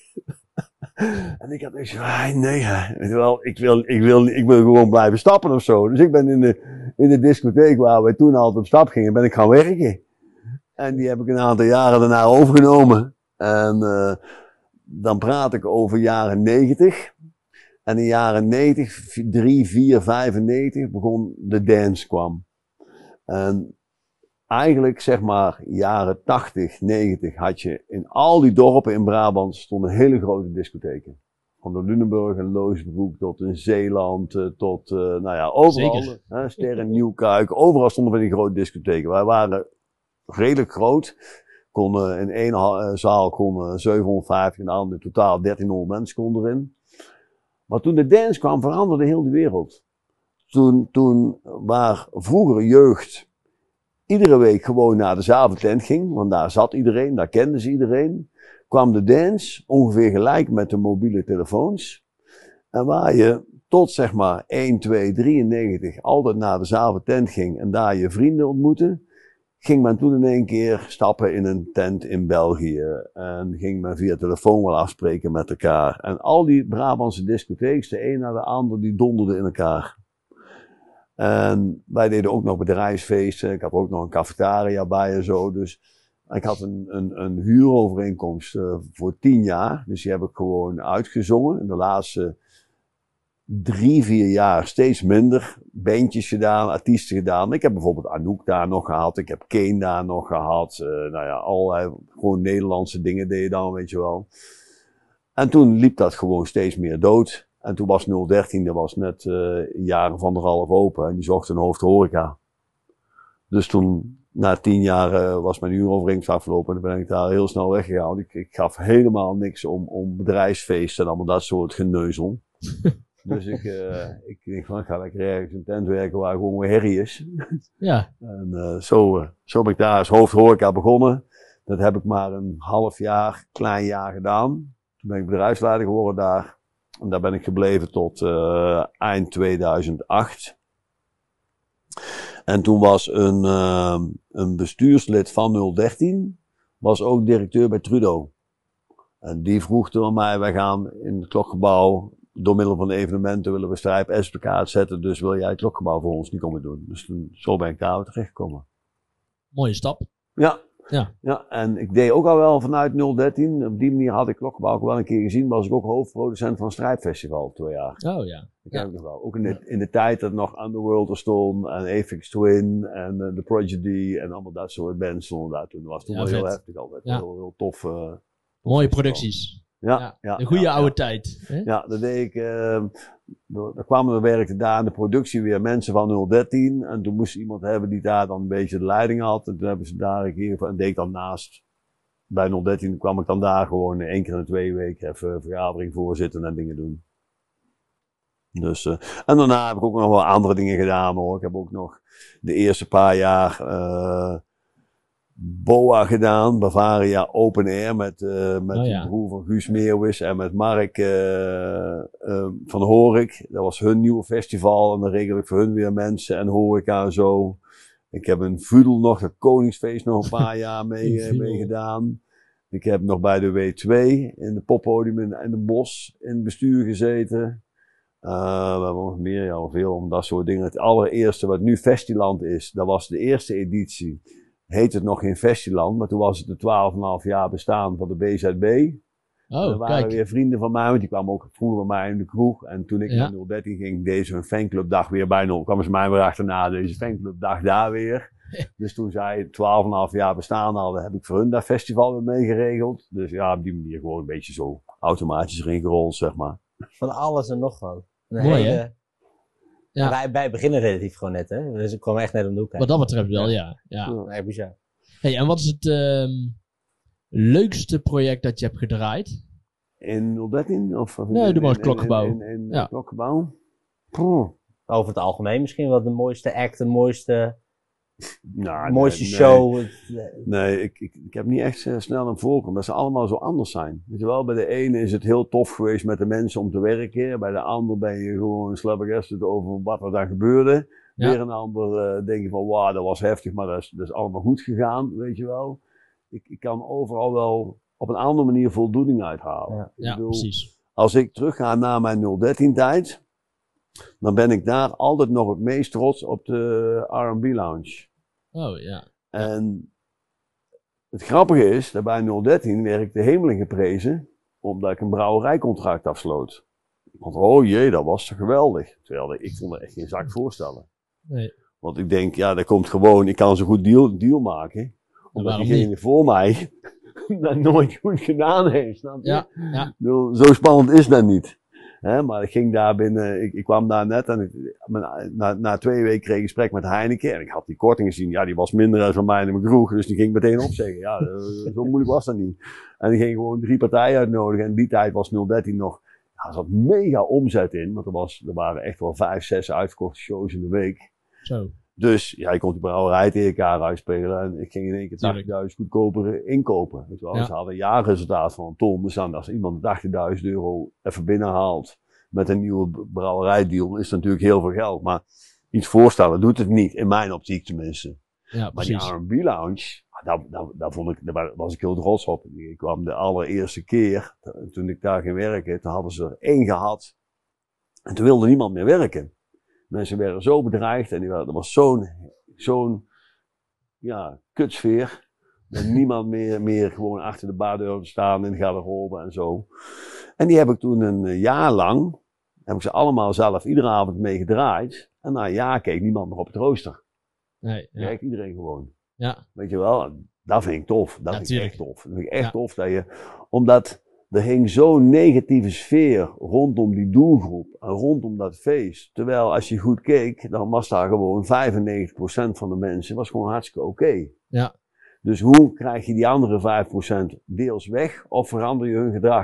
En ik had echt zo, ah, nee, weet je wel, ik wil, ik, wil, ik wil gewoon blijven stappen of zo. Dus ik ben in de, in de discotheek waar we toen altijd op stap gingen, ben ik gaan werken. En die heb ik een aantal jaren daarna overgenomen. En uh, dan praat ik over jaren negentig. En in jaren negentig, drie, vier, vijfennegentig begon de dance kwam. En eigenlijk zeg maar jaren tachtig, negentig had je in al die dorpen in Brabant stonden hele grote discotheken. Van de Lunenburg en Loosbroek tot in Zeeland, uh, tot, uh, nou ja, overal. Hè, Sterren Nieuwkuik, overal stonden van die grote discotheken. Wij waren redelijk groot. Konden in één uh, zaal konden zevenhonderdvijftig, in de andere in totaal dertienhonderd mensen konden erin. Maar toen de dance kwam, veranderde heel de wereld. Toen, toen waar vroeger jeugd iedere week gewoon naar de zaveltent ging, want daar zat iedereen, daar kenden ze iedereen, kwam de dance ongeveer gelijk met de mobiele telefoons. En waar je tot zeg maar één, twee, drieënnegentig altijd naar de zaveltent ging en daar je vrienden ontmoette, ging men toen in één keer stappen in een tent in België. En ging men via telefoon wel afspreken met elkaar. En al die Brabantse discotheeks, de een na de ander, die donderden in elkaar. En wij deden ook nog bedrijfsfeesten. Ik had ook nog een cafetaria bij en zo. Dus ik had een, een, een huurovereenkomst uh, voor tien jaar. Dus die heb ik gewoon uitgezongen. In de laatste drie, vier jaar steeds minder bandjes gedaan, artiesten gedaan. Ik heb bijvoorbeeld Anouk daar nog gehad. Ik heb Kane daar nog gehad. Uh, nou ja, allerlei gewoon Nederlandse dingen deed je dan, weet je wel. En toen liep dat gewoon steeds meer dood. En toen was nul dertien, dat was net uh, een jaar of anderhalf open. En die zocht een hoofdhoreca. Dus toen, na tien jaar, uh, was mijn huurovereenkomst afgelopen. En dan ben ik daar heel snel weggegaan. Ik, ik gaf helemaal niks om, om bedrijfsfeesten en allemaal dat soort geneuzel. Dus ik, uh, ik denk van, ik ga lekker ergens in tent werken waar gewoon weer herrie is. Ja. En uh, zo, uh, zo ben ik daar als hoofdhoreca begonnen. Dat heb ik maar een half jaar, klein jaar gedaan. Toen ben ik bedrijfsleider geworden daar. En daar ben ik gebleven tot uh, eind tweeduizend acht. En toen was een, uh, een bestuurslid van nul dertien, was ook directeur bij Trudeau. En die vroeg toen aan mij, wij gaan in het klokgebouw, door middel van de evenementen willen we Strijp S op de kaart zetten, dus wil jij het klokgebouw voor ons niet komen doen. Dus toen, zo ben ik daar terechtgekomen. Mooie stap. Ja. Ja. Ja, en ik deed ook al wel vanuit nul dertien. Op die manier had ik klokgebouw ook wel een keer gezien. Was ik ook hoofdproducent van het Strijpfestival twee jaar. Oh ja. Dat ja. ken ik nog wel. Ook in de, in de tijd dat nog Underworld er stond. En Aphex Twin. En uh, The Prodigy. En allemaal dat soort bands stonden daar toen. Dat was toen Ja, wel heel vet. heftig altijd. Ja. Heel, heel tof. Uh, tof Mooie festival. producties. Ja, Ja. ja, De goede ja, oude ja. tijd. Hè? Ja, dat deed ik. Uh, er kwamen, we werkten daar in de productie weer mensen van nul dertien. En toen moest iemand hebben die daar dan een beetje de leiding had. En toen hebben ze daar een keer, en deed ik dan naast. Bij nul dertien kwam ik dan daar gewoon één keer in de twee weken even een vergadering voorzitten en dingen doen. Dus, uh, en daarna heb ik ook nog wel andere dingen gedaan hoor. Ik heb ook nog de eerste paar jaar uh, B O A gedaan, Bavaria Open Air, met, uh, met Oh, ja. de broer van Guus Meeuwis en met Mark uh, uh, van Horik. Dat was hun nieuwe festival en dan regel ik voor hun weer mensen en horeca en zo. Ik heb een Vudel nog, het Koningsfeest, nog een paar jaar mee, uh, mee gedaan. Ik heb nog bij de W twee in de poppodium in, in het bos in het bestuur gezeten. Uh, we hebben nog meer, ja, veel om dat soort dingen. Het allereerste wat nu Festiland is, dat was de eerste editie. Heet het nog geen Festiland, maar toen was het de twaalf komma vijf jaar bestaan van de B Z B. Oh, er waren kijk. weer vrienden van mij, want die kwamen ook vroeger bij mij in de kroeg. En toen ik Ja. naar nul dertien ging, deed ze een fanclubdag weer bij nul. Kwamen ze mij weer achterna, deze fanclubdag daar weer. Dus toen zij twaalf komma vijf jaar bestaan hadden, heb ik voor hun dat festival weer meegeregeld. Dus ja, op die manier gewoon een beetje zo automatisch erin gerold, zeg maar. Van alles en nog wat. Een Mooi, hele... hè? Ja. Wij, wij beginnen relatief gewoon net, hè? Dus ik kwam echt net om de hoek. Wat dat betreft wel, ja. ja. Ja. Nee, bizar. Hey, en wat is het... ehm, Leukste project dat je hebt gedraaid? In nul dertien? Of, of Nee, in, doe maar eens in- klokgebouw. In, in, in Ja. klokgebouw? Poeh. Over het algemeen misschien wel de mooiste act, de mooiste, Nou, mooiste nee, show. Het- Nee, ik, ik, ik heb niet echt uh, snel een voorkeur, omdat ze allemaal zo anders zijn. Weet je wel, bij de ene is het heel tof geweest met de mensen om te werken. Bij de ander ben je gewoon slabbergasted over wat er daar gebeurde. Ja. Weer een ander uh, denk je van, wauw, dat was heftig, maar dat is, dat is allemaal goed gegaan, weet je wel. Ik, ik kan overal wel op een andere manier voldoening uithalen. Ja. Ik Ja, bedoel, precies. als ik terugga naar mijn nul dertien tijd, dan ben ik daar altijd nog het meest trots op de R en B lounge. Oh, ja. En het grappige is, dat bij nul dertien werd ik de hemel in geprezen, omdat ik een brouwerijcontract afsloot. Want oh jee, dat was toch geweldig. Terwijl ik, ik vond het echt geen zak voorstellen. Nee. Want ik denk, ja, dat komt gewoon, ik kan zo'n goed deal, deal maken. Omdat waarom diegene voor mij dat nooit goed gedaan heeft. Snap je? Ja, ja. Ik bedoel, zo spannend is dat niet. Hè, maar ik ging daar binnen, ik, ik kwam daar net en ik, na, na twee weken kreeg ik een gesprek met Heineken. En ik had die korting gezien, ja, die was minder dan van mij in mijn kroeg. Dus die ging ik meteen opzeggen. Ja, zo moeilijk was dat niet. En ik ging gewoon drie partijen uitnodigen. En in die tijd was nul dertien nog, ja, er zat mega omzet in. Want er, was, er waren echt wel vijf, zes uitverkochte shows in de week. Zo. Dus ja, je kon die brouwerij tegen elkaar uitspelen. En ik ging in één keer tachtigduizend goedkoper inkopen. Weet je wel. Ja. Ze hadden een jaarresultaat van een ton. Dus dan, als iemand tachtigduizend euro even binnenhaalt met een nieuwe brouwerijdeal, is dat natuurlijk heel veel geld. Maar iets voorstellen doet het niet, in mijn optiek tenminste. Ja, Maar precies. die R en B lounge, daar, daar, daar, vond ik, daar was ik heel trots op. Ik kwam de allereerste keer, toen ik daar ging werken, toen hadden ze er één gehad. En toen wilde niemand meer werken. Mensen werden zo bedreigd en die waren, er was zo'n, zo'n, ja, kutsfeer. Dat niemand meer, meer gewoon achter de bar durfde staan in de garderobe en zo. En die heb ik toen een jaar lang, heb ik ze allemaal zelf iedere avond mee gedraaid. En na een jaar keek niemand meer op het rooster. Nee, ja. Kijkt iedereen gewoon. Ja. Weet je wel, dat vind ik tof. Dat Ja, vind ik tuurlijk. echt tof. Dat vind ik echt Ja. tof dat je, omdat er hing zo'n negatieve sfeer rondom die doelgroep en rondom dat feest. Terwijl als je goed keek, dan was daar gewoon vijfennegentig procent van de mensen was gewoon hartstikke oké. Ja. Dus hoe krijg je die andere vijf procent deels weg of verander je hun gedrag?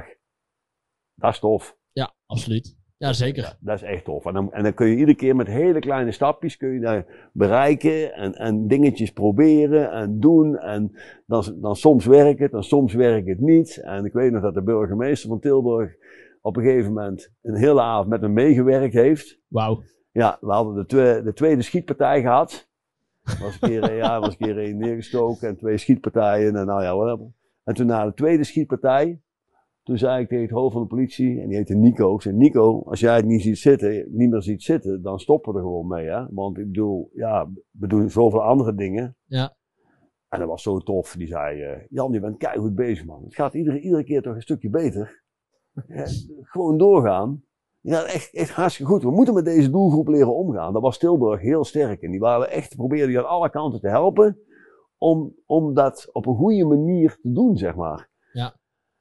Dat is tof. Ja, absoluut. Ja, zeker. Dat is echt tof. En dan, en dan kun je iedere keer met hele kleine stapjes kun je daar bereiken en, en dingetjes proberen en doen. En dan, dan soms werkt het en soms werkt het niet. En ik weet nog dat de burgemeester van Tilburg op een gegeven moment een hele avond met me meegewerkt heeft. Wauw. Ja, we hadden de, twe de tweede schietpartij gehad. Er was een keer, ja, er was een keer één neergestoken en twee schietpartijen en nou ja, whatever. En toen na de tweede schietpartij, toen zei ik tegen het hoofd van de politie, en die heette Nico, ik zei, Nico, als jij het niet ziet zitten, niet meer ziet zitten, dan stoppen we er gewoon mee, hè. Want ik bedoel, ja, we doen zoveel andere dingen. Ja. En dat was zo tof, die zei, uh, Jan, je bent keihard bezig, man. Het gaat iedere, iedere keer toch een stukje beter. Ja, gewoon doorgaan. Ja, echt, echt hartstikke goed. We moeten met deze doelgroep leren omgaan. Dat was Tilburg heel sterk. En die waren echt, probeerden die aan alle kanten te helpen, om, om dat op een goede manier te doen, zeg maar. Ja.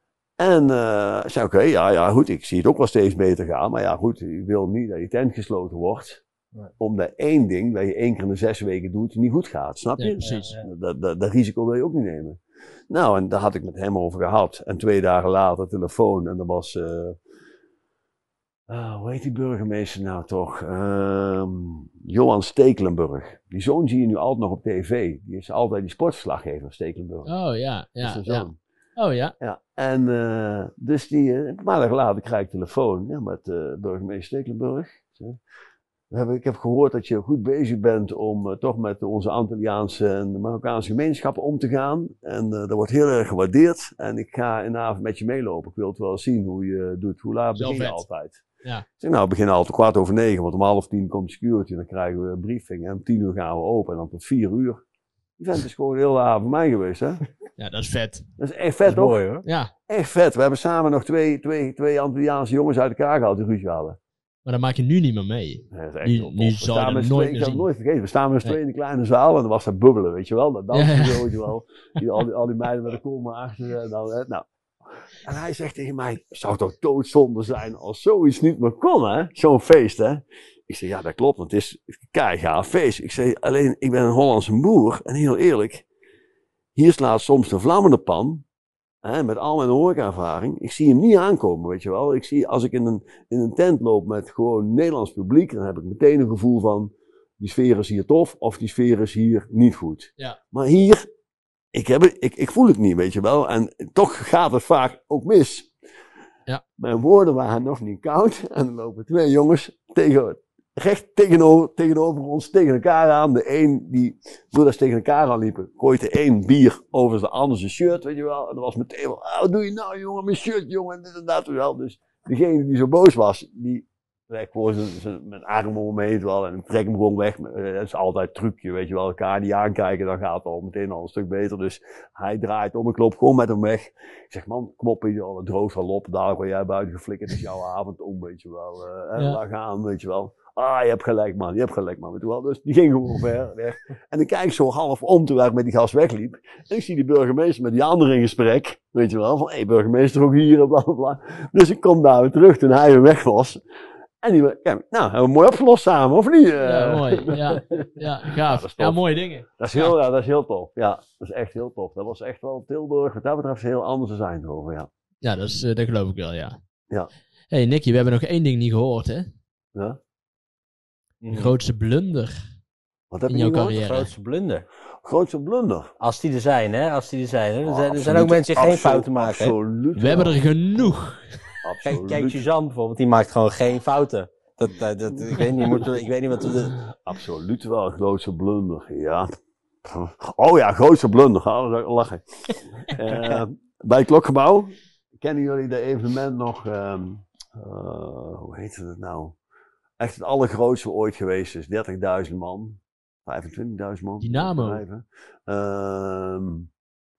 En uh, ik zei, oké, okay, ja, ja, goed, ik zie het ook wel steeds beter gaan. Maar ja, goed, je wil niet dat je tent gesloten wordt. Nee. Omdat één ding, dat je één keer in de zes weken doet, niet goed gaat. Snap je? Ja, precies. Ja, ja. Dat, dat, dat risico wil je ook niet nemen. Nou, en daar had ik met hem over gehad. En twee dagen later telefoon. En dat was, uh, uh, hoe heet die burgemeester nou toch? Uh, Johan Stekelenburg. Die zoon zie je nu altijd nog op tv. Die is altijd die sportverslaggever, Stekelenburg. Oh ja, ja. Dat is zijn zoon. Ja. Oh ja. Ja, en uh, dus die, uh, een paar dagen later krijg ik telefoon ja, met uh, burgemeester Stekelenburg. We hebben, ik heb gehoord dat je goed bezig bent om uh, toch met onze Antilliaanse en Marokkaanse gemeenschappen om te gaan. En uh, dat wordt heel erg gewaardeerd. En ik ga in de avond met je meelopen. Ik wil het wel zien hoe je uh, doet. Hoe laat begin je altijd? Ja. Ik zeg, nou, we beginnen altijd kwart over negen, want om half tien komt security. Dan krijgen we een briefing. En om tien uur gaan we open en dan tot vier uur. Die vent is gewoon de hele avond voor mij geweest, hè? Ja, dat is vet. Dat is echt vet, toch? Mooi, hoor. Ja. Echt vet. We hebben samen nog twee, twee, twee Antilliaanse jongens uit elkaar gehaald die ruzie hadden. Maar dat maak je nu niet meer mee. Ja, dat is echt Nu, heel tof. nu We zal staan je met dat z'n nooit tweeën- meer ik heb het zien. nooit vergeten. We staan met z'n Nee. tweeën in een kleine zaal en dan was dat bubbelen, weet je wel. Dat dansen Ja. zo, weet je wel. Die, al, die, al die meiden met de kool naar achteren. En, dan, hè, nou. En hij zegt tegen mij, het zou toch doodzonde zijn als zoiets niet meer kon, hè? Zo'n feest, hè? Ik zeg, ja, dat klopt, want het is een keigaaf feest. Ik zeg, alleen, ik ben een Hollandse boer en heel eerlijk, hier slaat soms de vlam in de pan. hè, met al mijn horeca-ervaring, ik zie hem niet aankomen, weet je wel. Ik zie, als ik in een, in een tent loop met gewoon Nederlands publiek, dan heb ik meteen een gevoel van, die sfeer is hier tof, of die sfeer is hier niet goed. Ja. Maar hier, ik, heb het, ik, ik voel het niet, weet je wel. En toch gaat het vaak ook mis. Ja. Mijn woorden waren nog niet koud. En er lopen twee jongens tegen, recht tegenover, tegenover ons tegen elkaar aan. De een die, doordat ze tegen elkaar aan liepen, gooit de een bier over de ander zijn shirt, weet je wel. En dat was meteen wel, ah, wat doe je nou jongen, mijn shirt jongen, en dit en dat, wel. Dus degene die zo boos was, die weg gewoon mijn arm om me heen, wel. En ik trek hem gewoon weg. Dat is altijd een trucje, weet je wel. Elkaar niet aankijken, dan gaat het al meteen al een stuk beter. Dus hij draait om, ik loop gewoon met hem weg. Ik zeg, man, kom op, weet je wel, het droogt al op. Daar word jij buiten geflikkerd, is jouw avond om, weet je wel. Uh, en Ja. laat gaan, weet je wel. Ah, je hebt gelijk, man, je hebt gelijk, man, weet je wel. Dus die ging gewoon ver, weg. En ik kijk zo half om terwijl ik met die gast wegliep. En ik zie die burgemeester met die andere in gesprek. Weet je wel, van, hé, hey, burgemeester ook hier, en bla, bla, bla. Dus ik kom daar weer terug toen hij weer weg was. En die, ja, nou, hebben we mooi opgelost samen, of niet? Ja, Uh, mooi. Ja, ja gaaf. Ja, dat is Ja, tof. mooie dingen. Dat is heel, ja, dat is heel tof. Ja, dat is echt heel tof. Dat was echt wel Tilburg, wat dat betreft, heel anders dan Eindhoven, ja. Ja, dat, is, eh, dat geloof ik wel, ja. Ja. Hey Nicky, we hebben nog één ding niet gehoord, hè? Ja? De grootste blunder Wat heb in je jouw niet gehoord? carrière. Grootste blunder. Grootste blunder. Als die er zijn, hè? Als die er zijn. Hè? Er, Oh, zijn, er zijn absoluut, ook mensen die geen absoluut, fouten maken. Hè? Absoluut. We hebben er genoeg. Kijk, Absoluut. kijk Suzanne bijvoorbeeld, die maakt gewoon geen fouten. Dat, dat, dat, ik, weet niet, moet, ik weet niet wat we doen. Absoluut wel, grootste blunder, ja. Oh ja, grootste blunder, oh, lachen. uh, bij het Klokgebouw, kennen jullie de evenement nog, um, uh, hoe heet het nou? Echt het allergrootste ooit geweest is, dertigduizend man, vijfentwintigduizend man. Dynamo. Um,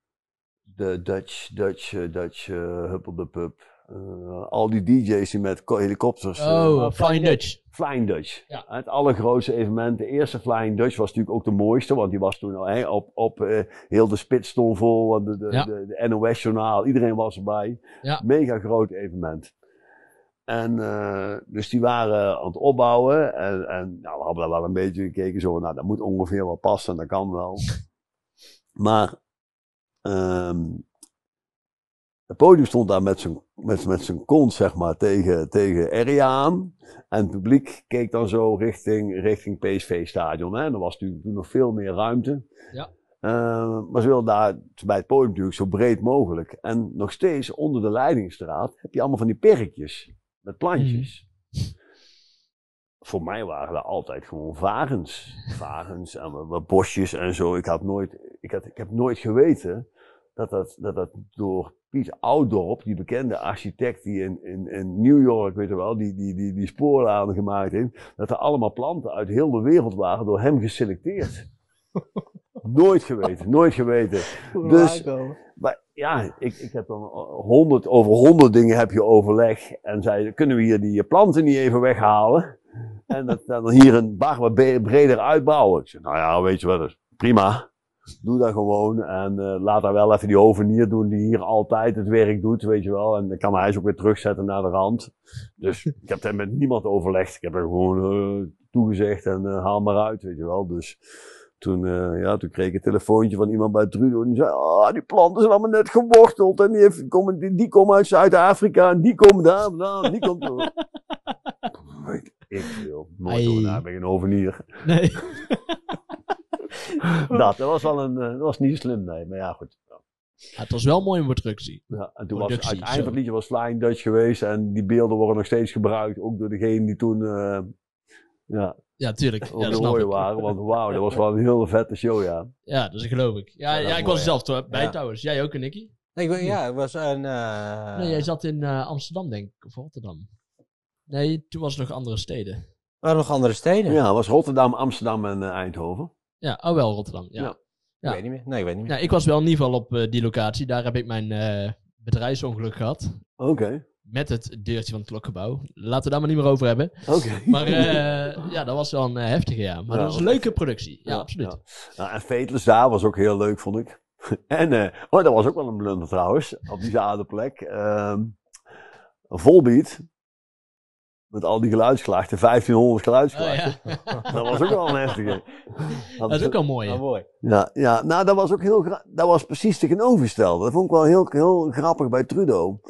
de Dutch, Dutch, uh, Dutch uh, Huppel de Pub. Uh, al die D J's die met helikopters. Oh, uh, Flying Dutch. Flying Dutch. Ja. Het allergrootste evenement. De eerste Flying Dutch was natuurlijk ook de mooiste, want die was toen al hè, op, op uh, heel de spits stond vol, de, de, Ja. de, de N O S-journaal, iedereen was erbij. Ja. Mega groot evenement. En uh, dus die waren aan het opbouwen en, en nou, we hadden daar wel een beetje gekeken, zo, nou dat moet ongeveer wel passen, dat kan wel. Maar um, het podium stond daar met zijn, met, met zijn kont, zeg maar, tegen, tegen R I A aan. En het publiek keek dan zo richting, richting P S V-stadion. Hè? En er was natuurlijk toen nog veel meer ruimte. Ja. Uh, maar ze wilden daar bij het podium natuurlijk zo breed mogelijk. En nog steeds onder de Leidingsstraat heb je allemaal van die perkjes met plantjes. Mm. Voor mij waren dat altijd gewoon varens. Varens en wat bosjes en zo. Ik, had nooit, ik, had, ik heb nooit geweten dat dat, dat, dat door Piet Oudorp, die bekende architect die in, in, in New York, weet je wel, die, die, die, die spoorladen gemaakt heeft, dat er allemaal planten uit heel de wereld waren door hem geselecteerd. Nooit geweten, nooit geweten. Dus, maar ja, ik, ik heb dan honderd, over honderd dingen heb je overleg en zei, kunnen we hier die planten niet even weghalen? En dat, dan hier een bar wat breder uitbouwen. Ik zei, nou ja, weet je wat, prima. Doe dat gewoon en uh, laat daar wel even die hovenier doen die hier altijd het werk doet, weet je wel. En dan kan hij ze ook weer terugzetten naar de rand. Dus ik heb er met niemand overlegd. Ik heb er gewoon uh, toegezegd en uh, haal maar uit, weet je wel. Dus toen, uh, ja, toen kreeg ik een telefoontje van iemand bij Trudeau. En die zei, ah, die planten zijn allemaal net geworteld. En die, heeft, komen, die, die komen uit Zuid-Afrika en die komen daar vandaan. Die komt er. Weet ik veel. Nooit over na, ben ik een hovenier. Nee. dat, dat was wel een, dat was niet slim, nee, maar ja, goed. Ja. Ja, het was wel mooi om productie. Ja, en toen was uiteindelijk het liedje was Flying Dutch geweest en die beelden worden nog steeds gebruikt, ook door degenen die toen, uh, ja, ja, tuurlijk. op ja, de hooi waren, want wauw, dat was wel een hele vette show, ja. Ja, dat geloof ik. Ja, ja, ja ik mooi, was er zelf ja. bij ja. trouwens. Jij ook, Nicky? Nee, ik, ja, ik was een... Uh... Nee, jij zat in uh, Amsterdam, denk ik, of Rotterdam. Nee, toen was het nog andere steden. Waren nog andere steden? Ja, het was Rotterdam, Amsterdam en uh, Eindhoven. Ja, oh wel Rotterdam, ja. ja. Ja. Ik weet niet meer. Nee, ik weet niet meer. Ja, ik was wel in ieder geval op uh, die locatie. Daar heb ik mijn uh, bedrijfsongeluk gehad. Oké. Okay. Met het deurtje van het klokgebouw. Laten we daar maar niet meer over hebben. Oké. Okay. Maar uh, ja, dat was wel een uh, heftige, ja. Maar ja, dat was een leuke productie. Ja, ja absoluut. Ja. Nou, en Vetless daar was ook heel leuk, vond ik. en, uh, oh, dat was ook wel een blunder trouwens. Op diezelfde plek. Uh, Volbeat. met al die geluidsklachten, vijftienhonderd geluidsklachten. Oh, ja. Dat was ook wel een heftige. Dat is ook wel mooi. Oh, Hè? mooi. Ja, ja, nou dat was ook heel, gra- dat was precies tegenovergestelde. Dat vond ik wel heel, heel grappig bij Trudeau.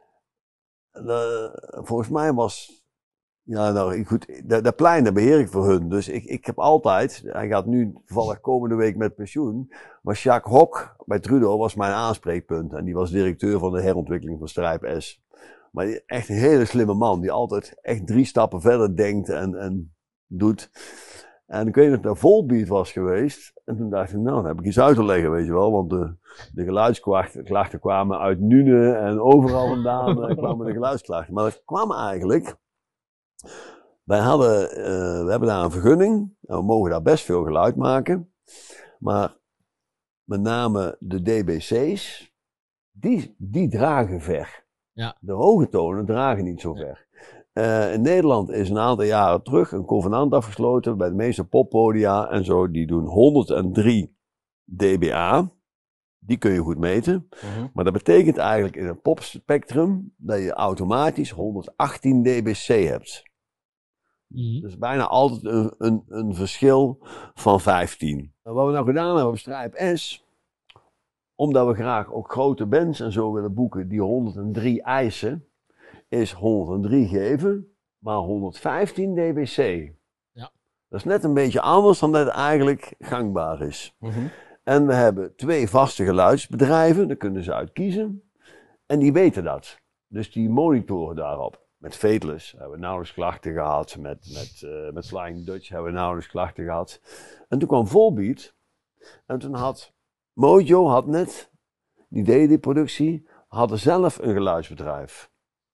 Uh, volgens mij was, ja nou goed, dat, dat plein dat beheer ik voor hun. Dus ik, ik heb altijd, hij gaat nu toevallig komende week met pensioen, maar Jacques Hok bij Trudeau was mijn aanspreekpunt. En die was directeur van de herontwikkeling van Strijp S. Maar die- echt een hele slimme man, die altijd echt drie stappen verder denkt en, en doet. En ik weet dat ik naar Volbeat was geweest. En toen dacht ik, nou, dan heb ik iets uit te leggen, weet je wel. Want de, de geluidsklachten klachten kwamen uit Nune en overal vandaan eh, kwamen de geluidsklachten. Maar dat kwam eigenlijk. Wij hadden, eh, we hebben daar een vergunning. En we mogen daar best veel geluid maken. Maar met name de D B C's, die, die dragen ver. Ja. De hoge tonen dragen niet zo ver. Uh, in Nederland is een aantal jaren terug een convenant afgesloten bij de meeste poppodia en zo. Die doen honderddrie dBA. Die kun je goed meten. Mhm. Maar dat betekent eigenlijk in een popspectrum dat je automatisch honderdachttien dBc hebt. Mhm. Dus bijna altijd een, een, een verschil van vijftien. Wat we nou gedaan hebben op Strijp S, omdat we graag ook grote bands en zo willen boeken die honderddrie eisen, is honderddrie geven, maar honderdvijftien dBc. Ja. Dat is net een beetje anders dan dat het eigenlijk gangbaar is. Mhm. En we hebben twee vaste geluidsbedrijven, daar kunnen ze uit kiezen. En die weten dat. Dus die monitoren daarop. Met Fateless hebben we nauwelijks klachten gehad. Met, met, uh, met Flying Dutch hebben we nauwelijks klachten gehad. En toen kwam Volbeat. En toen had Mojo, had net, die deed die productie, hadden zelf een geluidsbedrijf.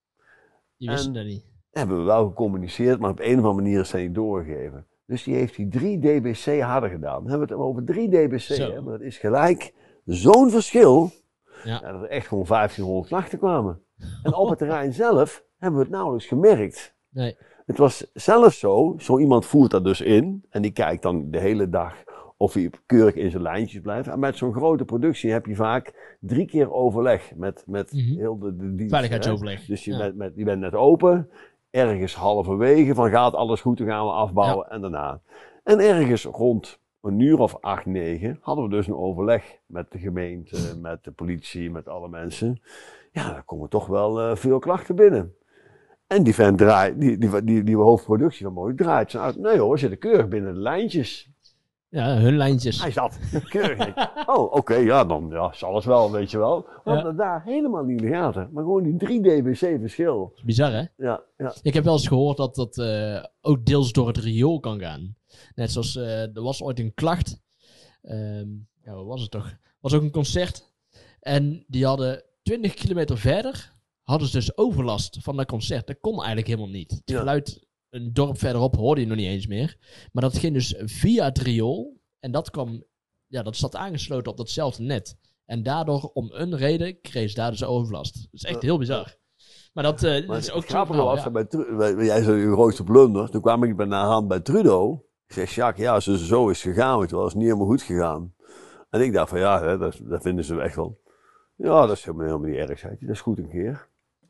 Die wisten En- dat niet. Hebben we wel gecommuniceerd, maar op een of andere manier is dat niet doorgegeven. Dus die heeft die drie dBc harder gedaan. Dan hebben we het over drie dBc, Zo. hè? Maar dat is gelijk zo'n verschil. Ja. Ja, dat er echt gewoon vijftienhonderd klachten kwamen. En op het terrein zelf hebben we het nauwelijks gemerkt. Nee. Het was zelfs zo, zo iemand voert dat dus in en die kijkt dan de hele dag of hij keurig in zijn lijntjes blijft. En met zo'n grote productie heb je vaak drie keer overleg met, met Mhm. heel de, de dienst. hè. Veiligheidsoverleg. Dus je, Ja. bent, met, je bent net open, ergens halverwege van gaat alles goed, dan gaan we afbouwen en daarna. En ergens rond een uur of acht, negen hadden we dus een overleg met de gemeente, met de politie, met alle mensen. Ja, dan komen toch wel eh, veel klachten binnen. En die vent draait, die, die, die, die hoofdproductie van Mooi draait ze uit. Nee hoor, we zitten keurig binnen de lijntjes. Ja, hun lijntjes. Hij zat keurig. Ik, oh, oké, ja, dan ja, is alles wel, weet je wel. We Ja. hadden daar helemaal niet in de gaten. Maar gewoon die drie dBc verschil. Dat is bizar, hè? Ja, ja. Ik heb wel eens gehoord dat dat eh, ook deels door het riool kan gaan. Net zoals, eh, er was ooit een klacht. Ehm, ja, wat was het toch? was ook een concert. En die hadden twintig kilometer verder, hadden ze dus overlast van dat concert. Dat kon eigenlijk helemaal niet. Het Ja. geluid een dorp verderop hoorde je nog niet eens meer. Maar dat ging dus via het riool. En dat kwam, ja, dat zat aangesloten op datzelfde net. En daardoor, om een reden, kreeg ze daar dus overlast. Dat is echt heel bizar. Maar dat, eh, dat Maar is het ook zo grappige verhaal, was, ja. bij Tru- bij- jij zei je grootste blunder. Toen kwam ik bij naar hand bij Trudeau. Ik zeg, Jacques, ja, zo, zo is het gegaan. Het was niet helemaal goed gegaan. En ik dacht van, ja, hè, dat, dat vinden ze echt wel. Ja, dat is helemaal, helemaal niet erg, zei hij. Dat is goed een keer.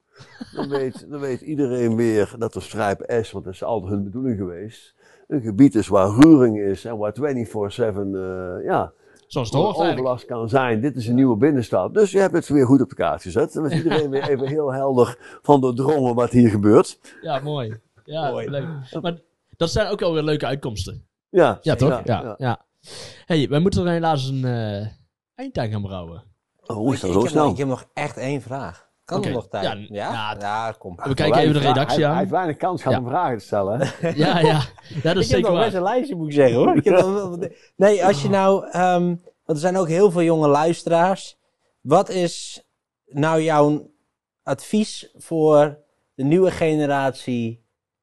Dan weet, dan weet iedereen weer dat er Strijp S, want dat is altijd hun bedoeling geweest, een gebied is waar ruring is en waar vierentwintig zeven, uh, ja, Zoals het hoort eigenlijk. overlast kan zijn. Dit is een nieuwe binnenstad. Dus je hebt het weer goed op de kaart gezet. Dan is iedereen weer even heel helder van doordrongen wat hier gebeurt. Ja, mooi. Ja, Mooi. leuk. Maar dat zijn ook wel weer leuke uitkomsten. Ja, Ja, toch? Ja, Ja. ja. ja. Hey, wij moeten er helaas een uh, eind aan gaan brouwen. Oh, hoe is dat ik, zo heb snel? nog, ik heb nog echt één vraag. Kan Oké. er nog tijd? Ja, Ja? ja, Ja, kom. We kijken even de redactie hij, aan. Hij heeft weinig kans gehad Ja. om vragen te stellen. Hè? Ja, ja. ja, dat is Ik heb zeker nog waar. best een lijstje, moet ik zeggen hoor. Ik heb nog wel- nee, als je nou... ehm, want er zijn ook heel veel jonge luisteraars. Wat is nou jouw advies voor de nieuwe generatie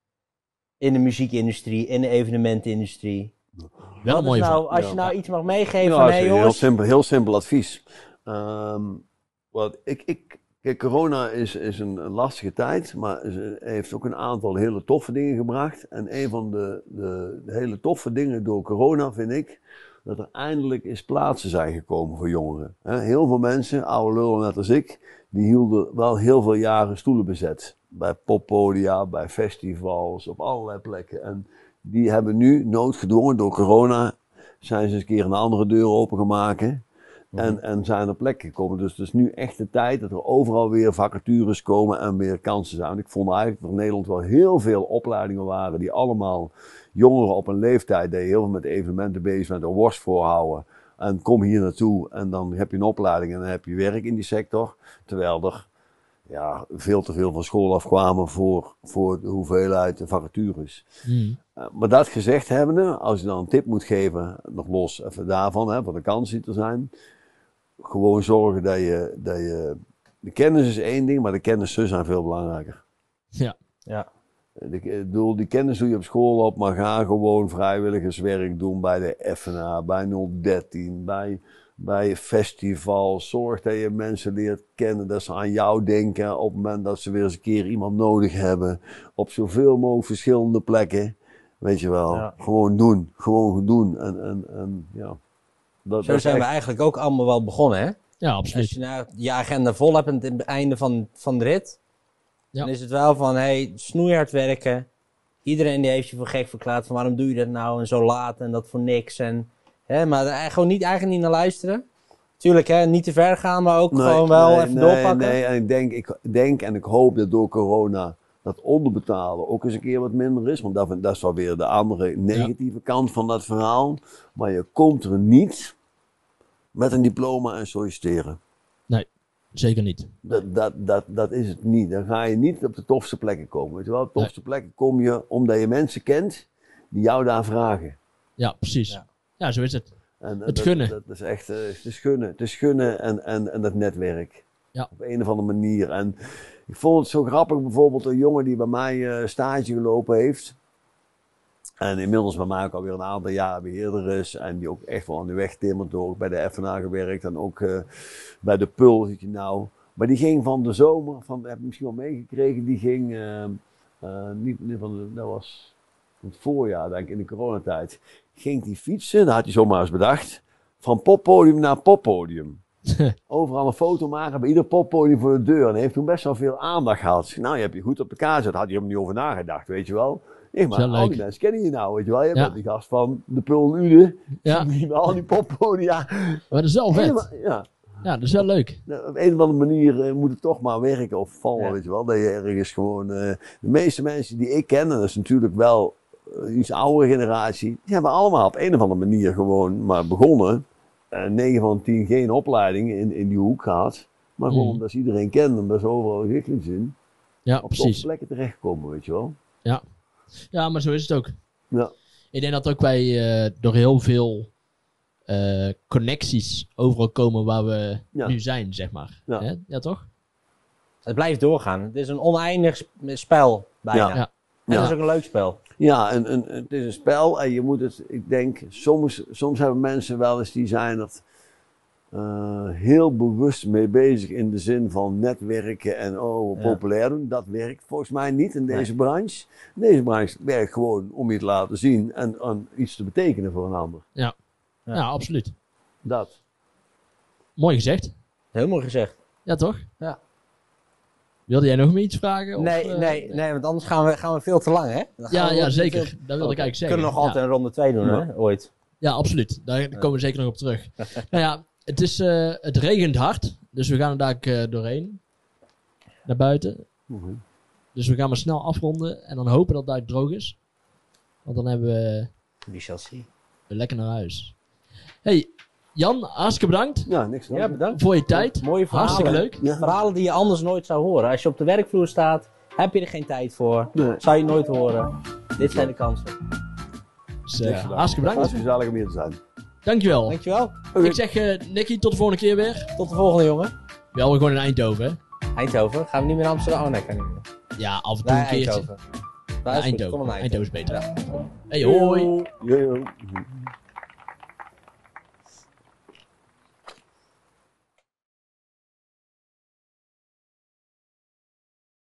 in de muziekindustrie, in de evenementenindustrie? Wel Wat een mooie is nou, vraag. als je Ja. nou iets mag meegeven Ja, van... dat Hé is een heel jongens, simpel, heel simpel advies. Ehm, wat ik, ik, kijk, corona is, is een, een lastige tijd, maar ze heeft ook een aantal hele toffe dingen gebracht. En een van de, de, de hele toffe dingen door corona vind ik dat er eindelijk eens plaatsen zijn gekomen voor jongeren. Hè, heel veel mensen, oude lullen net als ik, die hielden wel heel veel jaren stoelen bezet. bij poppodia, bij festivals, op allerlei plekken. En die hebben nu, noodgedwongen door corona, zijn ze eens een keer een andere deur open gaan maken. En, en zijn er plekken gekomen. Dus het is nu echt de tijd dat er overal weer vacatures komen en weer kansen zijn. Ik vond eigenlijk dat er in Nederland wel heel veel opleidingen waren die allemaal jongeren op een leeftijd deden. Heel veel met evenementen bezig, met een worst voorhouden. En kom hier naartoe en dan heb je een opleiding en dan heb je werk in die sector. Terwijl er ja, veel te veel van school afkwamen voor, voor de hoeveelheid vacatures. Mm. Uh, maar dat gezegd hebbende, als je dan een tip moet geven, nog los even daarvan, hè, van de kansen die er zijn. Gewoon zorgen dat je, dat je... De kennis is één ding, maar de kennissen zijn veel belangrijker. Ja. Ja. Ik bedoel, die kennis doe je op school op, maar ga gewoon vrijwilligerswerk doen bij de F N A, bij nul dertien, bij, bij festivals. Zorg dat je mensen leert kennen, dat ze aan jou denken op het moment dat ze weer eens een keer iemand nodig hebben. Op zoveel mogelijk verschillende plekken. Weet je wel, Ja. gewoon doen, gewoon doen. En, en, en ja. Dat, Zo dat zijn is we echt- eigenlijk ook allemaal wel begonnen, hè? Ja, Als absoluut. je nou je agenda vol hebt aan het einde van, van de rit, Ja. dan is het wel van, hey, snoeihard werken. Iedereen die heeft je voor gek verklaard van waarom doe je dat nou en zo laat en dat voor niks. En, hè, maar er gewoon niet, eigenlijk niet naar luisteren. Tuurlijk, hè, niet te ver gaan, maar ook Nee, gewoon wel nee, even nee, doorpakken. Nee, en ik denk, ik denk en ik hoop dat door corona dat onderbetalen ook eens een keer wat minder is. Want dat, dat is wel weer de andere negatieve kant van dat verhaal. Maar je komt er niet met een diploma en solliciteren. Zeker niet. Dat, dat, dat, dat is het niet. Dan ga je niet op de tofste plekken komen. Weet je wel? Op de tofste plekken kom je omdat je mensen kent die jou daar vragen. Ja, precies. Ja. Ja, zo is het. En, en Het dat, gunnen. Dat, is echt uh, te gunnen. Te gunnen en, en, en dat netwerk. Ja. Op een of andere manier. En ik vond het zo grappig, bijvoorbeeld een jongen die bij mij uh, stage gelopen heeft. En inmiddels bij mij ook alweer een aantal jaar beheerder is. En die ook echt wel aan de weg timmert. Ook bij de F N A gewerkt. En ook uh, bij de Pul zit je nou. Maar die ging van de zomer, van, dat heb je misschien wel meegekregen. Die ging, uh, uh, niet, niet van de, dat was van het voorjaar denk ik, in de coronatijd. Ging die fietsen, dat had hij zomaar eens bedacht. Van poppodium naar poppodium. Overal een foto maken bij ieder poppodium voor de deur. En hij heeft toen best wel veel aandacht gehad. Nou, je hebt je goed op de kaart gezet. Had je helemaal niet over nagedacht, weet je wel. Nee, maar Wel al die leuk. mensen kennen je nou, weet je wel. Je Ja. bent die gast van de Pul en Ude. Ja, Die bij al die poppodia. maar dat is wel vet. Helemaal- Ja, Ja, dat is wel leuk. nou, op een of andere manier eh, moet het toch maar werken of vallen, Ja. weet je wel. Dat je ergens gewoon... eh, de meeste mensen die ik ken, en dat is natuurlijk wel eh, iets oudere generatie, die hebben allemaal op een of andere manier gewoon maar begonnen. Uh, negen van tien geen opleiding in, in die hoek gehad. Maar gewoon Mm. omdat ze iedereen kent en dat ze overal ontwikkeling zien. Ja, Op toffe precies. plekken terechtkomen, weet je wel. Ja, maar zo is het ook. Ja. Ik denk dat ook wij eh, door heel veel eh, connecties overal komen waar we Ja. nu zijn, zeg maar. Ja. Hè? Ja, toch? Het blijft doorgaan. Het is een oneindig sp- spel, bijna. Ja. Ja. En Ja. het is ook een leuk spel. Ja, en, en, het is een spel en je moet het, ik denk, soms, soms hebben mensen wel eens die zijn er uh, heel bewust mee bezig in de zin van netwerken en oh, Ja. populair doen. Dat werkt volgens mij niet in deze Nee. branche. Deze branche werkt gewoon om je te laten zien en, en iets te betekenen voor een ander. Ja, Ja. ja absoluut. Dat. Mooi gezegd. Heel mooi gezegd. Ja, toch? Ja. Wilde jij nog meer iets vragen? Of, Nee, eh, nee, nee, want anders gaan we, gaan we veel te lang, hè? Dan gaan Ja, we ja, nog zeker. veel- Dat wilde ik eigenlijk We zeggen. kunnen nog Ja. altijd een ronde twee doen, Ja. hè? Ooit. Ja, absoluut. Daar komen we zeker nog op terug. Nou ja, het, is, eh, het regent hard. Dus we gaan er daar eh, doorheen. Naar buiten. Mhm. Dus we gaan maar snel afronden. En dan hopen dat het daar droog is. Want dan hebben we We shall see. lekker naar huis. Hey, Jan, hartstikke bedankt Ja, niks aan. Ja, bedankt. voor je tijd. Mooie verhalen. Hartstikke leuk. Ja. Verhalen die je anders nooit zou horen. Als je op de werkvloer staat, heb je er geen tijd voor. Nee. Zou je het nooit horen. Dit zijn de kansen. Dus, eh, Niks gedaan. hartstikke Het was bedankt. gezellig om hier te zijn. Dankjewel. Dankjewel. Ik zeg, eh, Nicky, tot de volgende keer weer. Tot de volgende, jongen. Wel gewoon in Eindhoven, hè? Eindhoven. Gaan we niet meer naar Amsterdam? Oh, nee, kan niet meer. Ja, af en toe Nee, een keertje. Eindhoven. Ja, Daar is goed. Eindhoven. Kom naar Eindhoven is beter. Ja. Hey, hoi. Yo, yo.